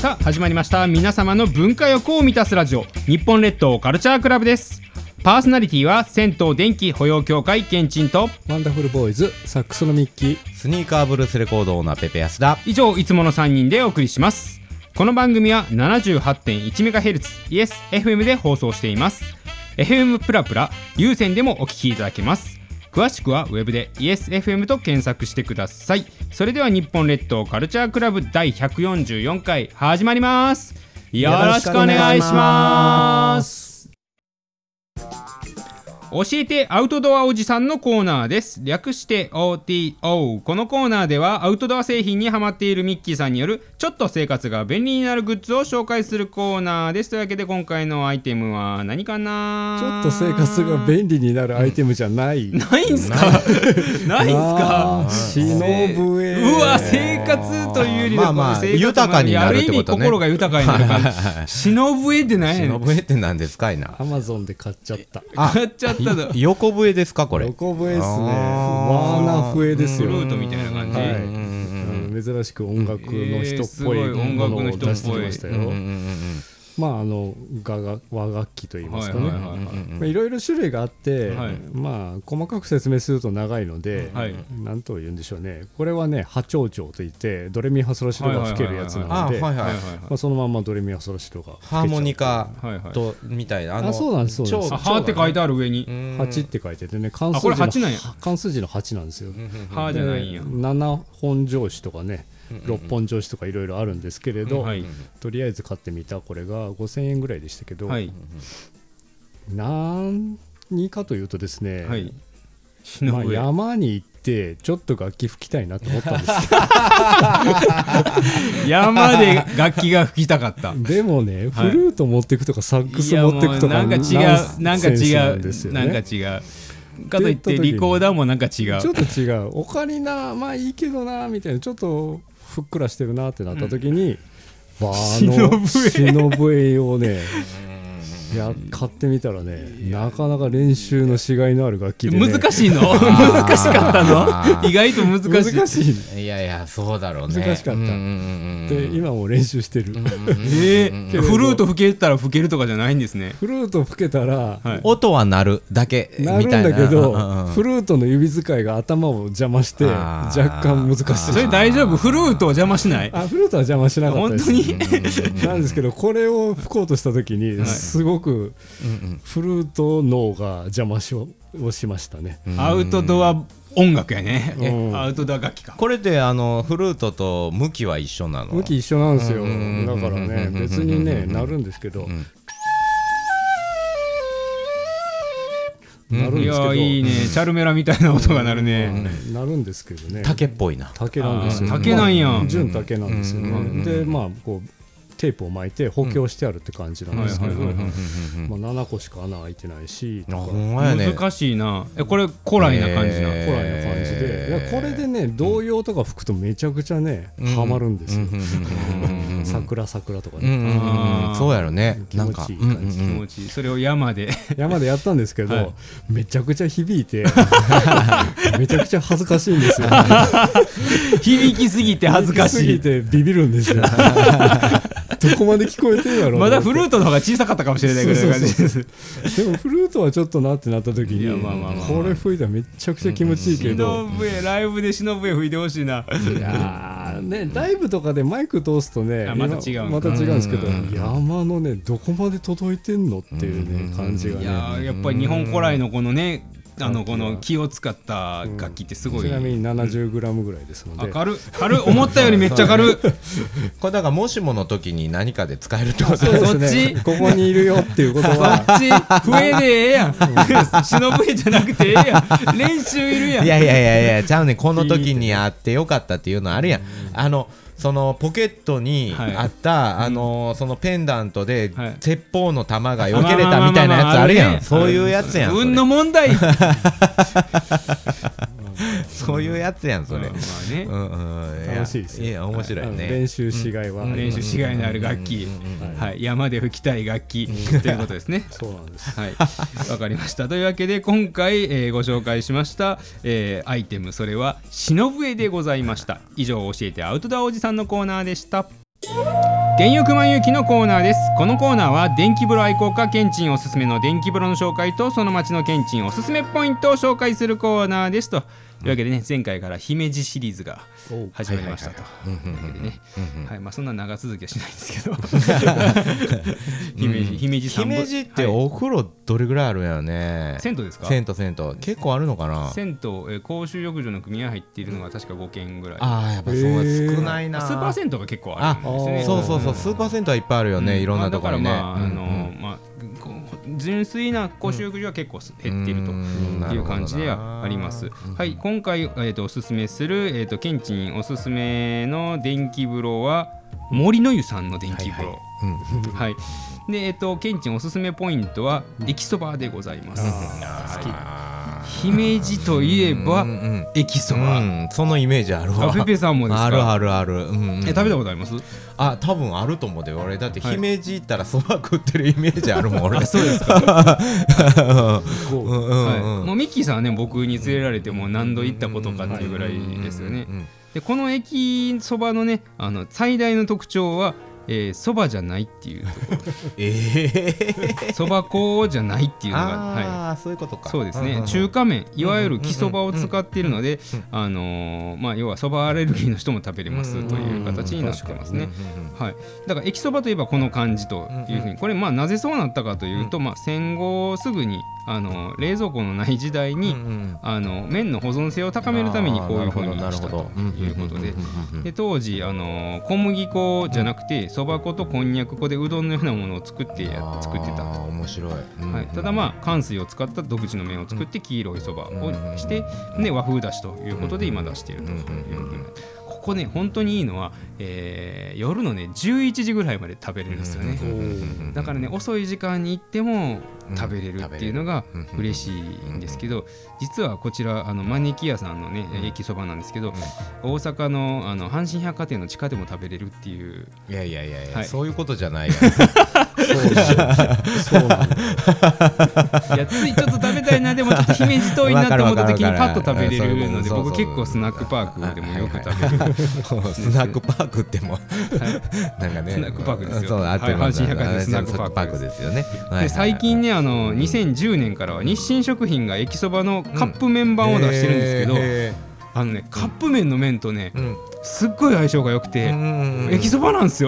さあ始まりました。皆様の文化欲を満たすラジオ、日本列島カルチャークラブです。パーソナリティは銭湯電気保養協会ケンチンとワンダフルボーイズサックスのミッキー、 スニーカーブルースレコードオーナーペペヤスだ。 以上いつもの3人でお送りします。この番組は 78.1MHz イエス FM で放送しています。 FM プラプラ有線でもお聞きいただけます。詳しくはウェブで ESFM と検索してください。それでは日本列島カルチャークラブ第144回始まります。よろしくお願いします。教えてアウトドアおじさんのコーナーです。略して OTO。 このコーナーではアウトドア製品にハマっているミッキーさんによるちょっと生活が便利になるグッズを紹介するコーナーです。というわけで今回のアイテムは何かな。 ちょっと生活が便利になるアイテムじゃない、 ないんすかないんすか。 忍笛。 うわ、生活というよりは生活豊かになるってことね。 ある意味心が豊かになるから忍笛って何やねん。 忍笛って何ですかいな。 アマゾンで買っちゃった。 買っちゃったの。 横笛ですかこれ。 横笛ですね。ワーナ笛ですよ。 フルートみたいな感じ、 はい、珍しく音楽の人っぽいものを出してきましたよ。まあ和楽器といいますかね。いろいろ種類があって、はい、まあ細かく説明すると長いので、はい、なんと言うんでしょうね。これはね波長長といってドレミファソラシドが吹けるやつなので、そのままドレミファソラシドが吹けちゃう。 ハーモニカとみたいな。 そうなんです。そうです。 ハーって書いてある上に 8って書いててね、関数字の8なんですよ。 ハーじゃないんや。 7本上司とかね、6本上司とかいろいろあるんですけれど、とりあえず買ってみたこれが5000円ぐらいでしたけど、何かというとですね、山に行ってちょっと楽器吹きたいなと思ったんですよ山で楽器が吹きたかった。 でもね、フルート持ってくとかサックス持ってくとかなんか違うかといってリコーダーもなんか違う。 ちょっと違う。オカリナまあいいけどなみたいな、ちょっとふっくらしてるなってなった時に、忍笛をね買ってみたらね、なかなか練習のしがいのある楽器でね。 難しいの難しかったの意外と難しい。 いやいやそうだろうね。 難しかった。で今も練習してる。フルート吹けたら吹けるとかじゃないんですね。 フルート吹けたら、 音は鳴るだけみたいな。 鳴るんだけど、フルートの指使いが頭を邪魔して若干難しい。 それ大丈夫？フルートを邪魔しない？ フルートは邪魔しなかったです。 本当になんですけど、これを吹こうとした時にすごくフルート脳が邪魔をしましたね。 アウトドア音楽やね。アウトドア楽器か。 これでフルートと向きは一緒なの？ 向き一緒なんですよ。だからね、別にねなるんですけど、 いやいいね。チャルメラみたいな音が鳴るね。 鳴るんですけどね。 竹っぽいな。 竹なんですよ。 竹なんや。 純竹なんですよね。でまあこうテープを巻いて補強してあるって感じなんですけど、7個しか穴開いてないし、 難しいな。これ古来な感じな。 古来な感じで、これでね童謡とか吹くとめちゃくちゃねハマるんですよ。桜とかね。 そうやろね。 気持ちいい感じ。 気持ちいい。それを山でやったんですけど、めちゃくちゃ響いてめちゃくちゃ恥ずかしいんですよ。 響きすぎて恥ずかしい。 響きすぎてビビるんですよ。どこまで聞こえてるやろう。 まだフルートの方が小さかったかもしれないぐらいの感じです。 でもフルートはちょっとなってなった時に、これ吹いたらめちゃくちゃ気持ちいいけど、 ライブで忍笛吹いてほしいな。 いやね、ライブとかでマイク通すとねまた違うんですけど、山のねどこまで届いてんのっていうね感じがね。 やっぱり日本古来のこのねこの気を使った楽器ってすごい。 ちなみに 70g ぐらいですので、 軽思ったよりめっちゃ軽。 これだからもしもの時に何かで使えるってことですね。そっちここにいるよっていうことはそっち笛でええやん。忍笛じゃなくてええやん。練習いるやん。 いやちゃうね。この時にあってよかったっていうのあるやん。そのポケットにあった、そのペンダントで鉄砲の弾が避けれたみたいなやつあるやん。そういうやつやん。 運の問題。 そういうやつやんそれ。 楽しいですよ。 いや面白いね。 練習しがいは練習しがいのある楽器、山で吹きたい楽器ということですね。 そうなんです。 はい、わかりました。というわけで今回、ご紹介しました、アイテム、それは忍笛でございました。以上、教えてアウトドアおじさんのコーナーでした。 電浴満遊記のコーナーです。このコーナーは電気風呂愛好家ケンチンおすすめの電気風呂の紹介とその街のケンチンおすすめポイントを紹介するコーナーですというわけでね、前回から姫路シリーズが始まりましたというわけでね、はい、まあそんな長続きはしないんですけど姫路ってお風呂どれぐらいあるんやろね。 銭湯ですか？ 銭湯結構あるのかな。 銭湯、公衆浴場の組合入っているのが確か5軒ぐらい。 ああ、やっぱそう少ないな。 スーパー銭湯が結構あるんですね。 そうそうそう、スーパー銭湯はいっぱいあるよね、いろんなところにね。 だからまあ純粋な公衆浴場は結構減っているという感じではあります。はい、今回おすすめするケンチンおすすめの電気風呂は森の湯さんの電気風呂。はい。でケンチンおすすめポイントは駅そばでございます。好き。姫路といえば駅そば、 そのイメージあるわ。 ペペさんもですか？ ある、 食べたことあります？ あ、多分あると思うで。俺だって姫路行ったらそば食ってるイメージあるもん俺。 そうですか。もうミッキーさんはね、僕に連れられてもう何度行ったことかっていうぐらいですよね。でこの駅そばのね、最大の特徴はそばじゃないっていうところ。そば粉じゃないっていうのが、 はい、そういうことか。 そうですね。中華麺、いわゆる木そばを使っているので、まあ要はそばアレルギーの人も食べれますという形になってますね。はい。だから駅そばといえばこの感じというふうに、これまあなぜそうなったかというと、まあ戦後すぐに冷蔵庫のない時代に麺の保存性を高めるためにこういうふうにしたということで、で当時小麦粉じゃなくてそば粉とこんにゃく粉でうどんのようなものを作ってたと。 面白い。 はい、ただまあ乾水を使った独自の麺を作って黄色いそばをして、で和風だしということで今出しているというふうに。ここね本当にいいのは、夜のね11時ぐらいまで食べれるんですよね。だからね遅い時間に行っても食べれるっていうのが嬉しいんですけど、実はこちら招き屋さんのね駅そばなんですけど、大阪の阪神百貨店の地下でも食べれるっていう。 いや、はい、そういうことじゃないや。 そうなんいや、ついちょっと食べたいな、でもちょっと姫路遠いなと思った時にパッと食べれるので、僕結構スナックパークでもよく食べる。 スナックパークってもなんかね、 スナックパークですよ。 そう、 阪神百貨店スナックパークですよね。 で最近ね2010年からは日清食品が駅そばのカップ麺版を出してるんですけど、カップ麺の麺とね、すっごい相性が良くて駅そばなんですよ。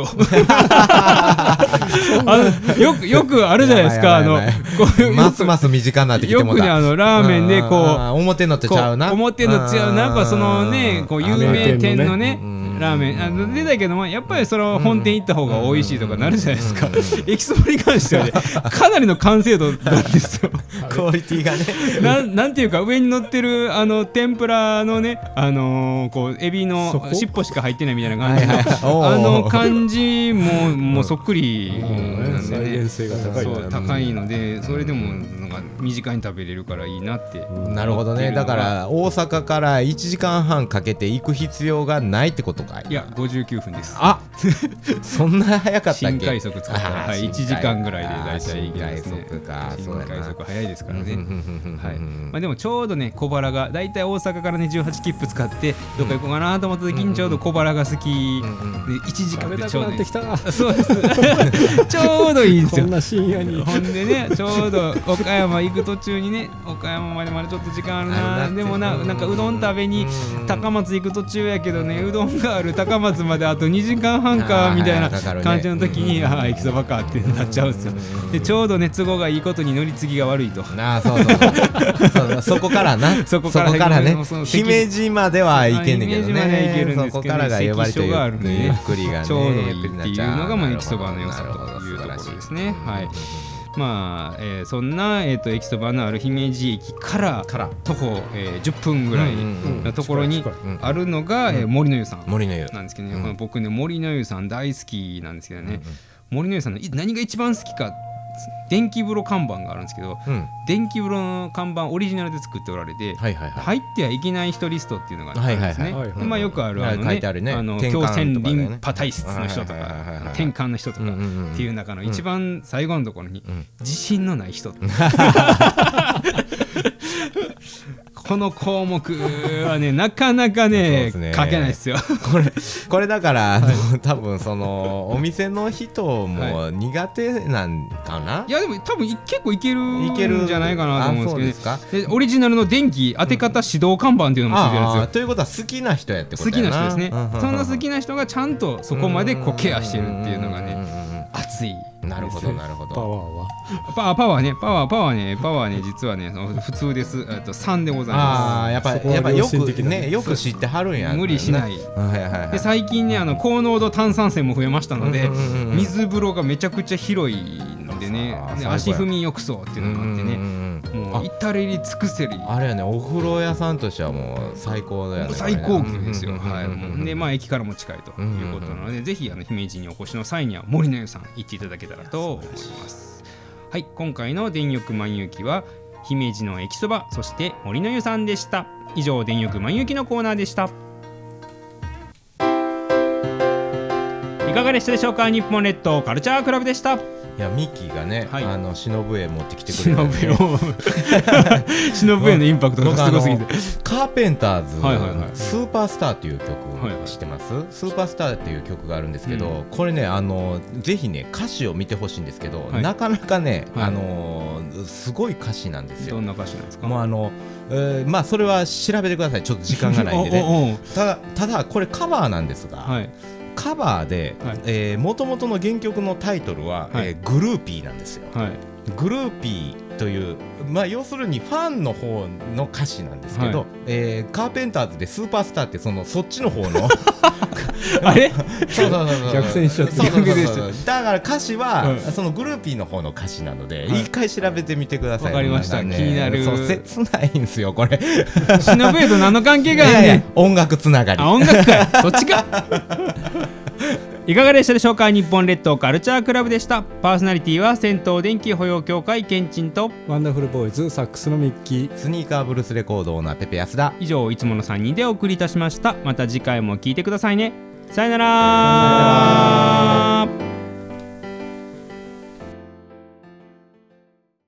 よくあるじゃないですか。 ますます身近になってきてもらった。 よくねラーメンでこう表のとちゃうな。 表の違うなんかそのねこう有名店のねラーメン出たけども、やっぱりその本店行った方が美味しいとかなるじゃないですか。駅そばに関してはねかなりの完成度なんですよ。 クオリティがねなんていうか、上に乗ってる天ぷらのねこうエビの尻尾しか入ってないみたいな感じの感じもうそっくりなんでね、高いので、それでもなんか身近に食べれるからいいなって。 なるほどね。だから大阪から1時間半かけて行く必要がないってことか。 いや59分です。 あそんな早かったっけ。 新快速使ったら1時間ぐらいで大体行けますね。 新快速早いですからね。はい。でもちょうどね小腹が大体大阪からね18切符使ってどっか行こうかなと思った時にちょうど小腹が好きで1時間でちょうどね。そうです。ちょうどいいんですよ。 そんな深夜に。 ほんでねちょうど岡山行く途中にね、岡山までまだちょっと時間あるな。でもなんかうどん食べに高松行く途中やけどね、うどんがある高松まであと2時間半かみたいな感じの時に駅そばかってなっちゃうんですよ。でちょうどね都合がいいことに乗り継ぎが悪いと。 そこからな。そこからね姫路までは行けんねんけどね。そこからが呼ばれてゆっくりがねちょうどいいっていうのが駅そばの良さというところですね。はい。まあそんな駅そばのある姫路駅から徒歩10分ぐらいのところにあるのが森の湯さんなんですけどね。僕ね森の湯さん大好きなんですけどね、森の湯さんの何が一番好きか、電気風呂看板があるんですけど、電気風呂の看板オリジナルで作っておられて、入ってはいけない人リストっていうのがあるんですね。まあよくある強戦リンパ体質の人とか転換の人とかっていう中の一番最後のところに自信のない人この項目はねなかなかね書けないですよこれだから多分そのお店の人も苦手なんかな。 いやでも多分結構いけるんじゃないかなと思うんですけど、でオリジナルの電気当て方指導看板っていうのもついてるんですよ。 ということは好きな人やってことやな。 好きな人ですね。そんな好きな人がちゃんとそこまでこうケアしてるっていうのがね熱い。 なるほどなるほど。 パワーはパワーね実はね普通です。3でございます。 やっぱよく知ってはるんや。 無理しない。で最近ね高濃度炭酸泉も増えましたので、水風呂がめちゃくちゃ広いんでね、足踏み浴槽っていうのがあってね、もう至れり尽くせり。 あれやね、お風呂屋さんとしてはもう最高だよね。 最高級ですよ。で駅からも近いということなので、ぜひ姫路にお越しの際には森の湯さん行っていただけたらと思います。はい、今回の電浴満遊記は姫路の駅そば、そして森の湯さんでした。以上、電浴満遊記のコーナーでした。いかがでしたでしょうか。日本列島カルチャークラブでした。 いやミッキーがね、忍笛持ってきてくれた、忍笛のインパクトがすごすぎて、 カーペンターズ、スーパースターっていう曲知ってます？スーパースターっていう曲があるんですけど、これねぜひね歌詞を見てほしいんですけど、なかなかねすごい歌詞なんですよ。 どんな歌詞なんですか？ もうまあそれは調べてください。ちょっと時間がないんでねただこれカバーなんですが、カバーでもともとの原曲のタイトルは、グルーピーなんですよ。グルーピーという、要するにファンの方の歌詞なんですけど、カーペンターズでスーパースターってそっちの方のあれそう逆転しちゃって、 だから歌詞は、そのグルーピーの方の歌詞なので、一回調べてみてください。 わかりました。気になる。 切ないんですよこれ。 忍笛と何の関係があるねん。 音楽つながり。 音楽かそっちか。いかがでしたでしょうか。日本列島カルチャークラブでした。パーソナリティは銭湯電気保養協会ケンチンとワンダフルボーイズサックスのミッキー、 スニーカーブルースレコードオーナーペペ安田。 以上いつもの3人でお送りいたしました。また次回も聞いてくださいね。さよなら。